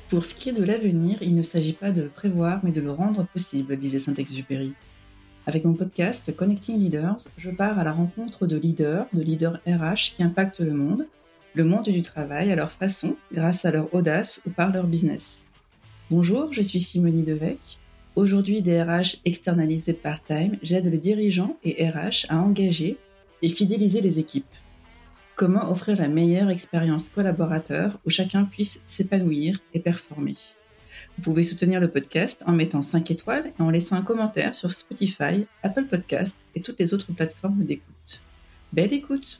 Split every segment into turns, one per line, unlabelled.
Pour ce qui est de l'avenir, il ne s'agit pas de le prévoir, mais de le rendre possible, disait Saint-Exupéry. Avec mon podcast Connecting Leaders, je pars à la rencontre de leaders RH qui impactent le monde du travail à leur façon, grâce à leur audace ou par leur business. Bonjour, je suis Simonie Devec. Aujourd'hui, DRH externalisés part-time, j'aide les dirigeants et RH à engager et fidéliser les équipes. Comment offrir la meilleure expérience collaborateur où chacun puisse s'épanouir et performer. Vous pouvez soutenir le podcast en mettant 5 étoiles et en laissant un commentaire sur Spotify, Apple Podcasts et toutes les autres plateformes d'écoute. Belle écoute!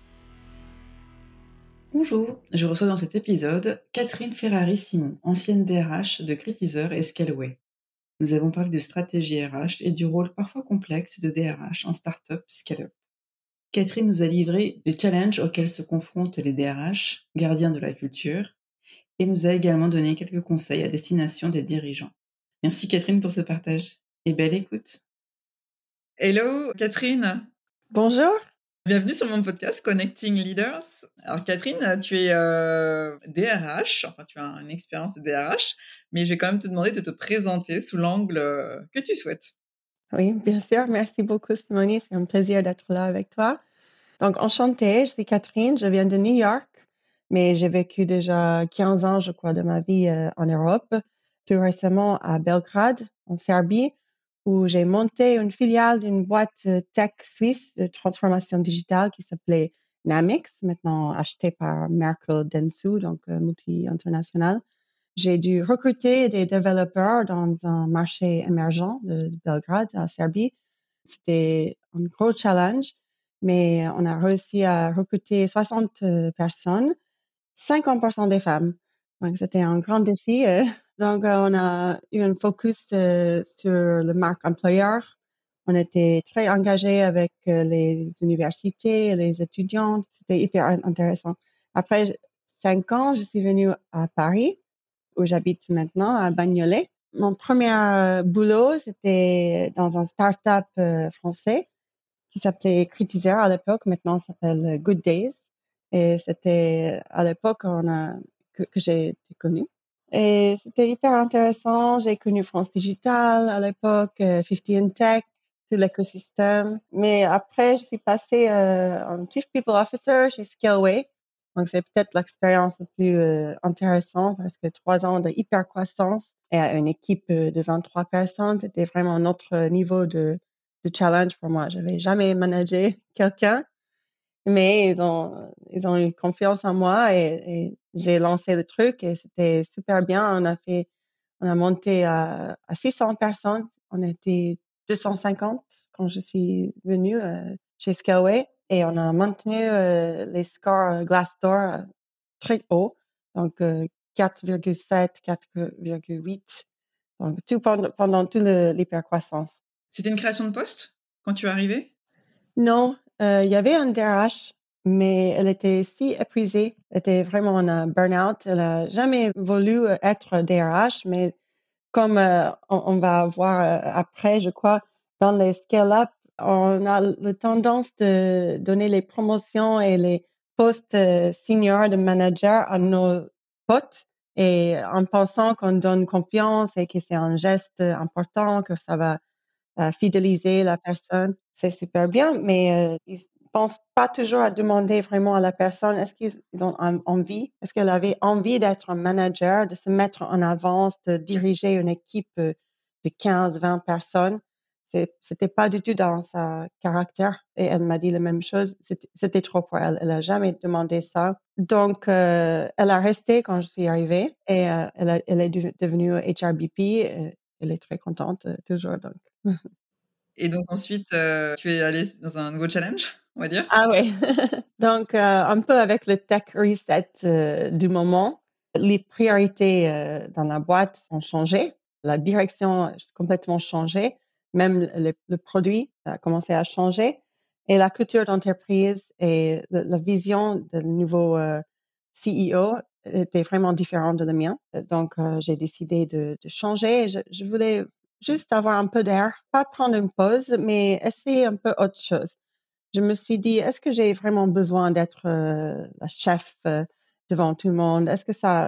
Bonjour, je reçois dans cet épisode Catherine Ferrari-Simon, ancienne DRH de Critizer et Scaleway. Nous avons parlé de stratégie RH et du rôle parfois complexe de DRH en start-up scale-up. Catherine nous a livré les challenges auxquels se confrontent les DRH, gardiens de la culture, et nous a également donné quelques conseils à destination des dirigeants. Merci Catherine pour ce partage et belle écoute. Hello Catherine.
Bonjour.
Bienvenue sur mon podcast Connecting Leaders. Alors Catherine, tu es DRH, enfin tu as une expérience de DRH, mais je vais quand même te demander de te présenter sous l'angle que tu souhaites.
Oui, bien sûr. Merci beaucoup, Simonie. C'est un plaisir d'être là avec toi. Donc, enchantée, je suis Catherine. Je viens de New York, mais j'ai vécu déjà 15 ans, je crois, de ma vie en Europe. Plus récemment à Belgrade, en Serbie, où j'ai monté une filiale d'une boîte tech suisse de transformation digitale qui s'appelait Namix, maintenant achetée par Merkel Densu, donc multi-international. J'ai dû recruter des développeurs dans un marché émergent de Belgrade, en Serbie. C'était un gros challenge, mais on a réussi à recruter 60 personnes, 50% des femmes. Donc, c'était un grand défi. Donc, on a eu un focus sur le marque employeur. On était très engagés avec les universités et les étudiants. C'était hyper intéressant. Après 5 ans, je suis venue à Paris, où j'habite maintenant, à Bagnolet. Mon premier boulot, c'était dans un start-up français qui s'appelait Critizer à l'époque. Maintenant, ça s'appelle Good Days. Et c'était à l'époque que j'ai été connue. Et c'était hyper intéressant. J'ai connu France Digital à l'époque, 50 Tech, tout l'écosystème. Mais après, je suis passée en Chief People Officer chez Scaleway. Donc, c'est peut-être l'expérience la plus intéressante parce que 3 ans de hyper croissance et à une équipe de 23 personnes, c'était vraiment un autre niveau de challenge pour moi. Je n'avais jamais managé quelqu'un, mais ils ont eu confiance en moi et j'ai lancé le truc et c'était super bien. On a monté à 600 personnes. On était 250 quand je suis venue chez Scaleway et on a maintenu les scores Glassdoor très haut, donc 4,7, 4,8, donc tout pendant toute l'hypercroissance.
C'était une création de poste quand tu es arrivée?
Non, il y avait un DRH, mais elle était si épuisée, elle était vraiment en burn-out. Elle n'a jamais voulu être DRH, mais comme on va voir après, je crois, dans les scale-up, on a la tendance de donner les promotions et les postes seniors de manager à nos potes et en pensant qu'on donne confiance et que c'est un geste important, que ça va fidéliser la personne. C'est super bien, mais ils pensent pas toujours à demander vraiment à la personne, est-ce qu'ils ont envie? Est-ce qu'elle avait envie d'être un manager, de se mettre en avance, de diriger une équipe de 15, 20 personnes? C'était pas du tout dans sa caractère et elle m'a dit la même chose. C'était trop pour elle. Elle a jamais demandé ça. Donc, elle a resté quand je suis arrivée et elle est devenue HRBP. Elle est très contente toujours. Donc.
Et donc ensuite, tu es allée dans un nouveau challenge, on va dire?
Ah oui. Donc, un peu avec le tech reset du moment, les priorités dans la boîte ont changé. La direction a complètement changé. Même le produit a commencé à changer. Et la culture d'entreprise et la vision du nouveau CEO était vraiment différente de la mienne. Donc, j'ai décidé de changer. Je voulais juste avoir un peu d'air, pas prendre une pause, mais essayer un peu autre chose. Je me suis dit: «Est-ce que j'ai vraiment besoin d'être la chef devant tout le monde? Est-ce que ça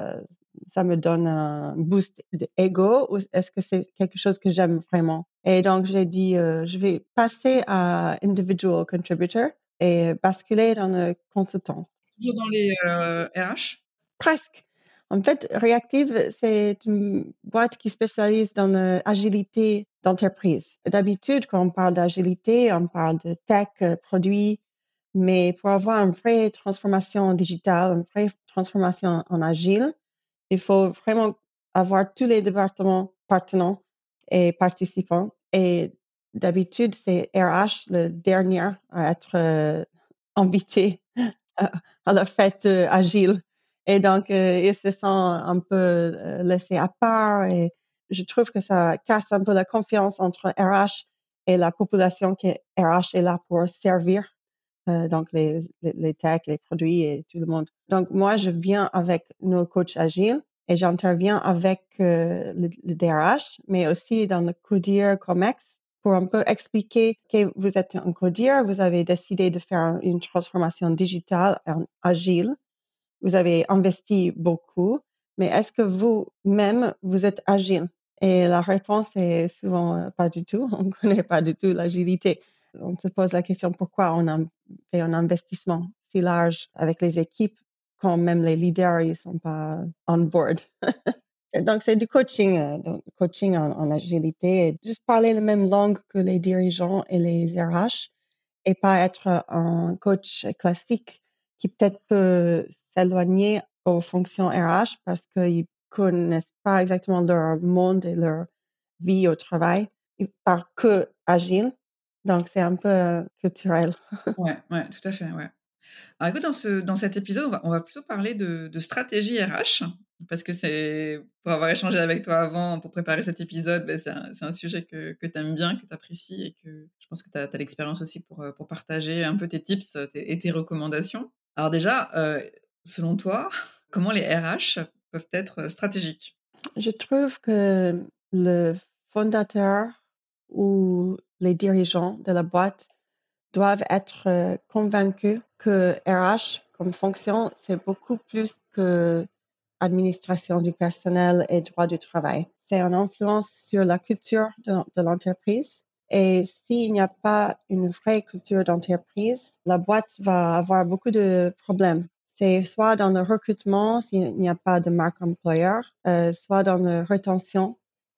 ça me donne un boost d'ego ou est-ce que c'est quelque chose que j'aime vraiment? Et donc, j'ai dit, je vais passer à individual contributor et basculer dans le consultant.
Toujours dans les RH?
Presque. En fait, Reactive, c'est une boîte qui spécialise dans l'agilité d'entreprise. D'habitude, quand on parle d'agilité, on parle de tech, produits, mais pour avoir une vraie transformation digitale, une vraie transformation en agile, il faut vraiment avoir tous les départements partenants et participants. Et d'habitude, c'est RH le dernier à être invité à la fête agile. Et donc, ils se sentent un peu laissés à part. Et je trouve que ça casse un peu la confiance entre RH et la population que RH est là pour servir. Donc, les techs, les produits et tout le monde. Donc, moi, je viens avec nos coachs agiles et j'interviens avec le DRH, mais aussi dans le CODIR COMEX pour un peu expliquer que vous êtes un CODIR, vous avez décidé de faire une transformation digitale en agile, vous avez investi beaucoup, mais est-ce que vous-même, vous êtes agile? Et la réponse est souvent pas du tout. On ne connaît pas du tout l'agilité. On se pose la question pourquoi on a fait un investissement si large avec les équipes quand même les leaders ils sont pas on board. Et donc c'est du coaching, en agilité, et juste parler la même langue que les dirigeants et les RH et pas être un coach classique qui peut-être peut s'éloigner aux fonctions RH parce qu'ils connaissent pas exactement leur monde et leur vie au travail. Ils parlent que agile, donc c'est un peu culturel.
Ouais, ouais, tout à fait, ouais. Alors écoute, dans cet épisode, on va plutôt parler de stratégie RH, parce que c'est pour avoir échangé avec toi avant, pour préparer cet épisode, c'est un sujet que tu aimes bien, que tu apprécies et que je pense que tu as l'expérience aussi pour partager un peu tes tips, tes recommandations. Alors déjà, selon toi, comment les RH peuvent être stratégiques?
Je trouve que le fondateur ou les dirigeants de la boîte doivent être convaincus que RH comme fonction, c'est beaucoup plus que administration du personnel et droit du travail. C'est une influence sur la culture de l'entreprise. Et s'il n'y a pas une vraie culture d'entreprise, la boîte va avoir beaucoup de problèmes. C'est soit dans le recrutement, s'il n'y a pas de marque employeur, soit dans la rétention,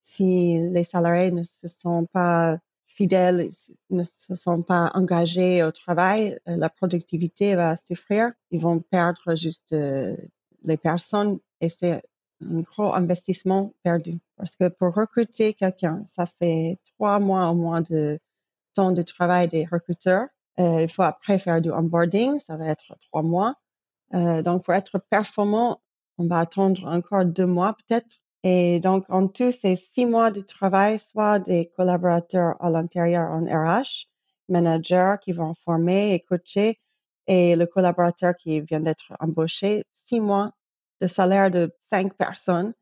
si les salariés ne se sont pas fidèles, ne se sont pas engagés au travail, la productivité va souffrir. Ils vont perdre juste les personnes et c'est un gros investissement perdu. Parce que pour recruter quelqu'un, ça fait 3 mois au moins de temps de travail des recruteurs. Il faut après faire du onboarding, ça va être 3 mois. Donc, pour être performant, on va attendre encore 2 mois peut-être. Et donc, en tout, c'est 6 mois de travail, soit des collaborateurs à l'intérieur en RH, managers qui vont former et coacher, et le collaborateur qui vient d'être embauché, 6 mois de salaire de 5 personnes.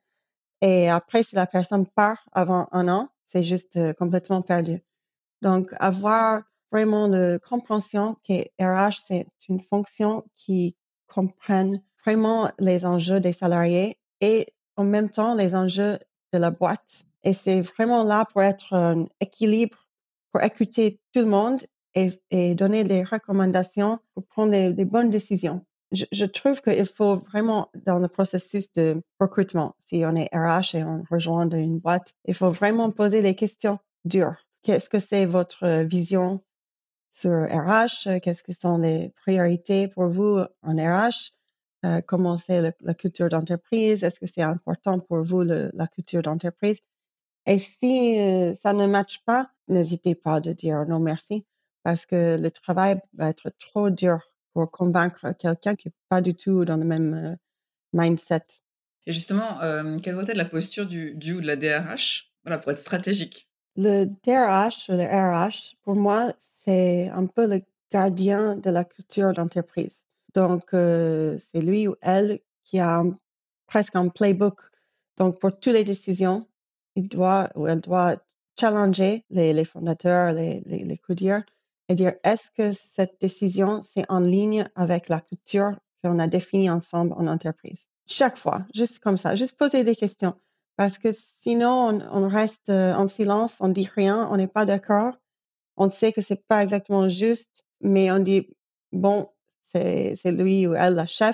Et après, si la personne part avant 1 an, c'est juste complètement perdu. Donc, avoir vraiment la compréhension que RH, c'est une fonction qui comprenne vraiment les enjeux des salariés et en même temps les enjeux de la boîte. Et c'est vraiment là pour être un équilibre, pour écouter tout le monde et donner des recommandations pour prendre des bonnes décisions. Je trouve qu'il faut vraiment, dans le processus de recrutement, si on est RH et on rejoint une boîte, il faut vraiment poser les questions dures. Qu'est-ce que c'est votre vision sur RH? Qu'est-ce que sont les priorités pour vous en RH? Comment c'est la culture d'entreprise? Est-ce que c'est important pour vous la culture d'entreprise? Et si ça ne matche pas, n'hésitez pas de dire non merci parce que le travail va être trop dur pour convaincre quelqu'un qui n'est pas du tout dans le même mindset.
Et justement, quelle doit être la posture du ou de la DRH, voilà, pour être stratégique?
Le DRH ou le RH, pour moi, c'est un peu le gardien de la culture d'entreprise. Donc, c'est lui ou elle qui a presque un playbook. Donc, pour toutes les décisions, il doit ou elle doit challenger les fondateurs, les coudires et dire est-ce que cette décision, c'est en ligne avec la culture qu'on a définie ensemble en entreprise? chaque fois, juste comme ça, juste poser des questions. Parce que sinon, on reste en silence, on dit rien, on n'est pas d'accord. On sait que c'est pas exactement juste, mais on dit, bon, c'est lui ou elle la chef,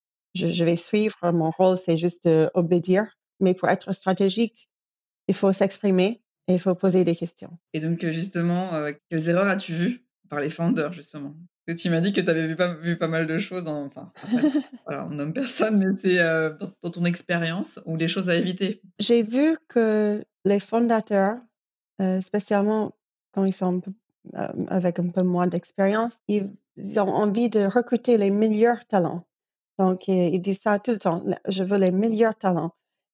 je vais suivre, mon rôle, c'est juste obéir. Mais pour être stratégique, il faut s'exprimer et il faut poser des questions.
Et donc, justement, quelles erreurs as-tu vues par les founders, justement? Parce que tu m'as dit que tu avais vu pas mal de choses enfin, après, voilà, on nomme personne, mais c'est, dans ton expérience ou les choses à éviter?
J'ai vu que les fondateurs, spécialement quand ils sont un peu, avec un peu moins d'expérience, ils ont envie de recruter les meilleurs talents. Donc, ils disent ça tout le temps: «Je veux les meilleurs talents»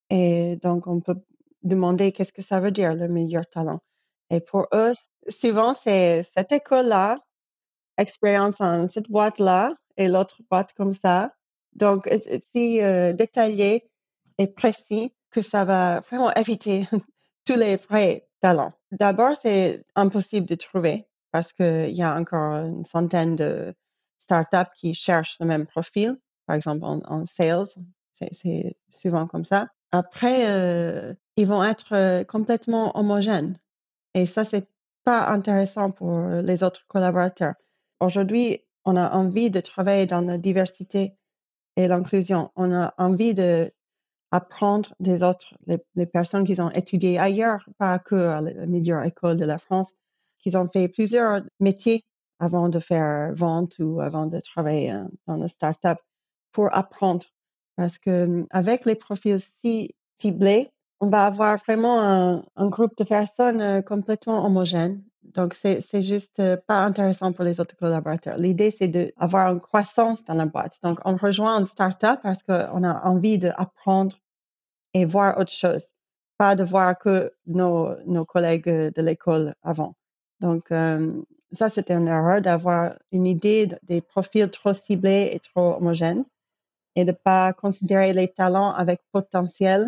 et donc on peut demander qu'est-ce que ça veut dire, le meilleur talent? Et pour eux, souvent, c'est cette école-là, expérience en cette boîte-là et l'autre boîte comme ça. Donc, si, détaillé et précis que ça va vraiment éviter tous les vrais talents. D'abord, c'est impossible de trouver parce qu'il y a encore une centaine de startups qui cherchent le même profil, par exemple en sales, c'est souvent comme ça. Après, ils vont être, complètement homogènes et ça, c'est pas intéressant pour les autres collaborateurs. Aujourd'hui, on a envie de travailler dans la diversité et l'inclusion. On a envie d'apprendre des autres, les personnes qui ont étudié ailleurs, pas que à la meilleure école de la France, qui ont fait plusieurs métiers avant de faire vente ou avant de travailler dans une start-up pour apprendre. Parce que avec les profils si ciblés, on va avoir vraiment un groupe de personnes complètement homogène. Donc, c'est juste pas intéressant pour les autres collaborateurs. L'idée, c'est d'avoir une croissance dans la boîte. Donc, on rejoint une start-up parce qu'on a envie d'apprendre et voir autre chose, pas de voir que nos collègues de l'école avant. Donc, ça, c'était une erreur d'avoir une idée des profils trop ciblés et trop homogènes et de ne pas considérer les talents avec potentiel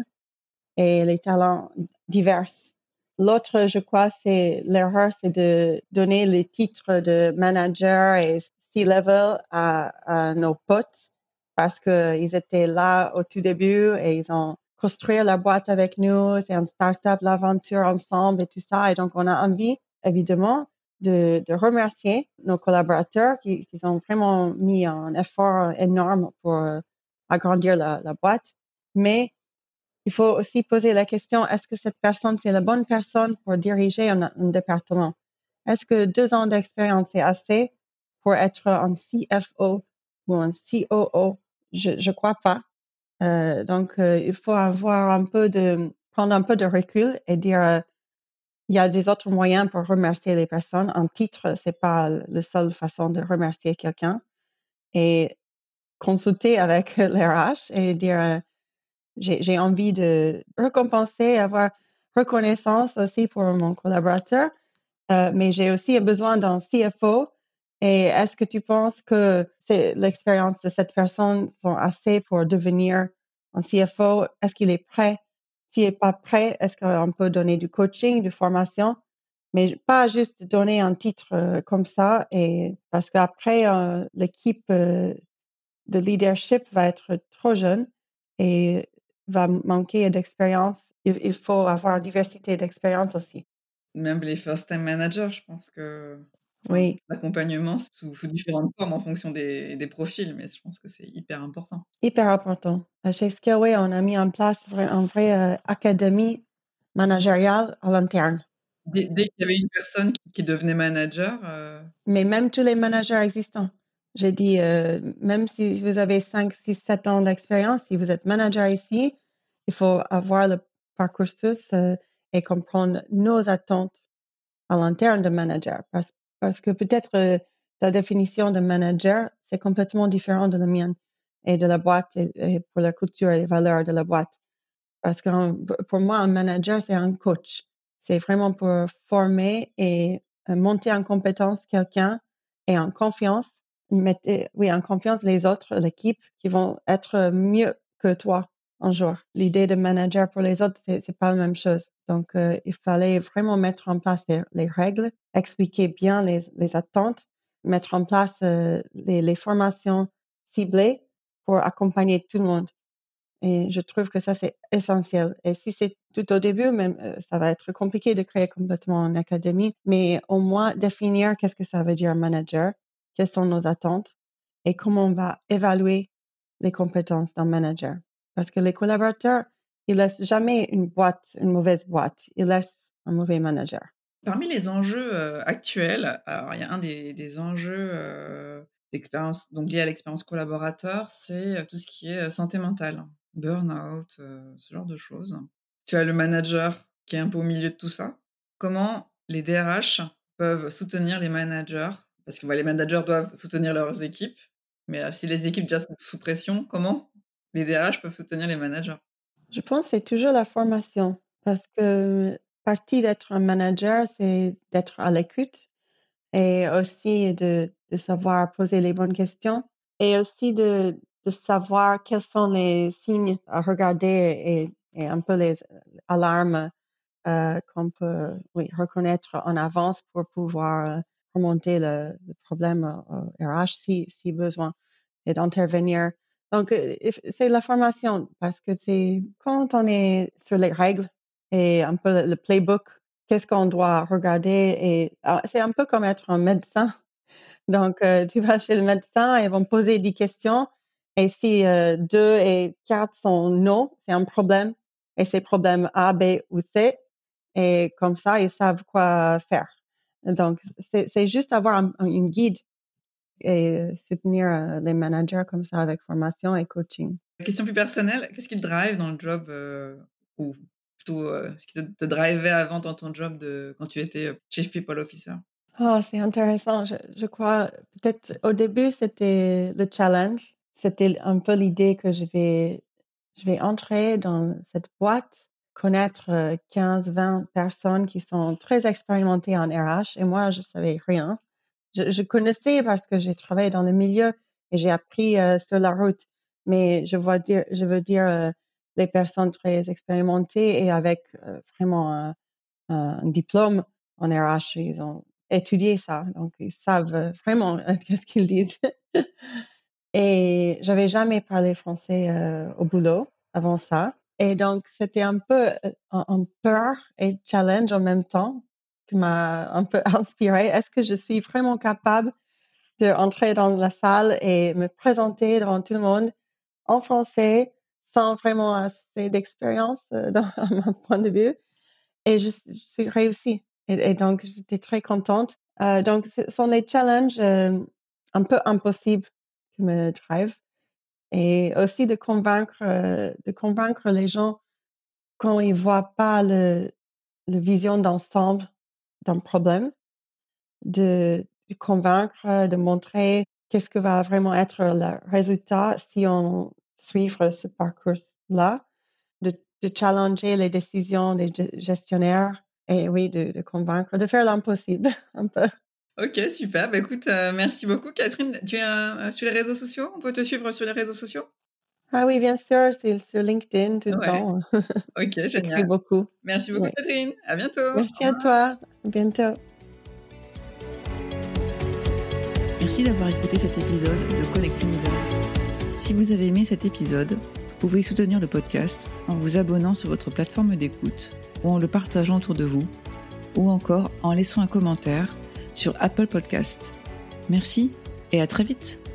et les talents divers. L'autre, je crois, c'est l'erreur, c'est de donner les titres de manager et C-level à nos potes parce qu'ils étaient là au tout début et ils ont construit la boîte avec nous, c'est une start-up, l'aventure ensemble et tout ça. Et donc, on a envie, évidemment, de remercier nos collaborateurs qui ont vraiment mis un effort énorme pour agrandir la boîte. Mais il faut aussi poser la question, est-ce que cette personne, c'est la bonne personne pour diriger un département? Est-ce que 2 ans d'expérience est assez pour être un CFO ou un COO? Je crois pas. Donc, il faut prendre un peu de recul et dire, il y a des autres moyens pour remercier les personnes. Un titre, c'est pas la seule façon de remercier quelqu'un et consulter avec l'RH et dire, j'ai envie de récompenser, avoir reconnaissance aussi pour mon collaborateur, mais j'ai aussi besoin d'un CFO. Et est-ce que tu penses que l'expérience de cette personne sont assez pour devenir un CFO? Est-ce qu'il est prêt? S'il n'est pas prêt, est-ce qu'on peut donner du coaching, de formation, mais pas juste donner un titre comme ça? Et parce qu'après, l'équipe de leadership va être trop jeune et va manquer d'expérience. Il faut avoir diversité d'expérience aussi.
Même les first time managers, je pense que enfin,
Oui,
l'accompagnement sous différentes formes en fonction des profils, mais je pense que c'est hyper important.
hyper important. Chez Skillway, on a mis en place une vraie académie managériale à l'interne.
Dès qu'il y avait une personne qui devenait manager,
Mais même tous les managers existants. J'ai dit, même si vous avez 5, 6, 7 ans d'expérience, si vous êtes manager ici, il faut avoir le parcours et comprendre nos attentes à l'interne de manager. Parce que peut-être ta définition de manager, c'est complètement différent de la mienne et de la boîte et pour la culture et les valeurs de la boîte. Parce que pour moi, un manager, c'est un coach. C'est vraiment pour former et monter en compétence quelqu'un et en confiance, en confiance les autres, l'équipe, qui vont être mieux que toi un jour. L'idée de manager pour les autres, c'est pas la même chose. Donc, il fallait vraiment mettre en place les règles, expliquer bien les attentes, mettre en place les formations ciblées pour accompagner tout le monde. Et je trouve que ça, c'est essentiel. Et si c'est tout au début, même, ça va être compliqué de créer complètement une académie, mais au moins définir qu'est-ce que ça veut dire manager, quelles sont nos attentes et comment on va évaluer les compétences d'un manager. Parce que les collaborateurs, ils laissent jamais une mauvaise boîte. Ils laissent un mauvais manager.
Parmi les enjeux, actuels, alors il y a un des enjeux, d'expérience donc liés à l'expérience collaborateur, c'est, tout ce qui est, santé mentale, burn-out, ce genre de choses. Tu as le manager qui est un peu au milieu de tout ça. Comment les DRH peuvent soutenir les managers? Parce que, bah, les managers doivent soutenir leurs équipes, mais, si les équipes déjà sont sous pression, comment les DRH peuvent soutenir les managers?
Je pense que c'est toujours la formation parce que partie d'être un manager, c'est d'être à l'écoute et aussi de savoir poser les bonnes questions et aussi de savoir quels sont les signes à regarder et un peu les alarmes qu'on peut reconnaître en avance pour pouvoir remonter le problème au RH si besoin et d'intervenir. Donc, c'est la formation parce que c'est quand on est sur les règles et un peu le playbook, qu'est-ce qu'on doit regarder c'est un peu comme être un médecin. Donc, tu vas chez le médecin et ils vont poser 10 questions et si 2 et 4 sont non, c'est un problème et c'est problème A, B ou C et comme ça, ils savent quoi faire. Donc, c'est juste avoir une guide et soutenir les managers comme ça avec formation et coaching.
Question plus personnelle, qu'est-ce qui te drive dans le job, ou plutôt, ce qui te drivait avant dans ton job quand tu étais, Chief People Officer?
Oh, c'est intéressant. Je crois peut-être au début, c'était le challenge. C'était un peu l'idée que je vais entrer dans cette boîte, connaître 15-20 personnes qui sont très expérimentées en RH et moi, je savais rien. Je connaissais parce que j'ai travaillé dans le milieu et j'ai appris sur la route. Mais je veux dire les personnes très expérimentées et avec vraiment un diplôme en RH, ils ont étudié ça, donc ils savent vraiment qu'est-ce qu'ils disent. Et j'avais jamais parlé français au boulot avant ça. Et donc, c'était un peu un peur et challenge en même temps qui m'a un peu inspirée. Est-ce que je suis vraiment capable d'entrer dans la salle et me présenter devant tout le monde en français sans vraiment assez d'expérience dans à mon point de vue? Et je suis réussie et donc j'étais très contente. Donc ce sont des challenges, un peu impossibles qui me drive et aussi de convaincre les gens quand ils voient pas le vision d'ensemble d'un problème, de convaincre, de montrer qu'est-ce que va vraiment être le résultat si on suivre ce parcours-là. De challenger les décisions des gestionnaires et oui, de convaincre, de faire l'impossible un peu.
OK, super. Bah, écoute, merci beaucoup Catherine. Tu es sur les réseaux sociaux? On peut te suivre sur les réseaux sociaux?
Ah oui, bien sûr, c'est sur LinkedIn tout le
Ouais.
temps.
OK,
J'écris
génial.
beaucoup.
Merci beaucoup
Oui.
Catherine. À bientôt. Au
Merci à
revoir.
toi. À bientôt.
Merci d'avoir écouté cet épisode de Connecting Leaders. Si vous avez aimé cet épisode, vous pouvez soutenir le podcast en vous abonnant sur votre plateforme d'écoute ou en le partageant autour de vous ou encore en laissant un commentaire sur Apple Podcasts. Merci et à très vite.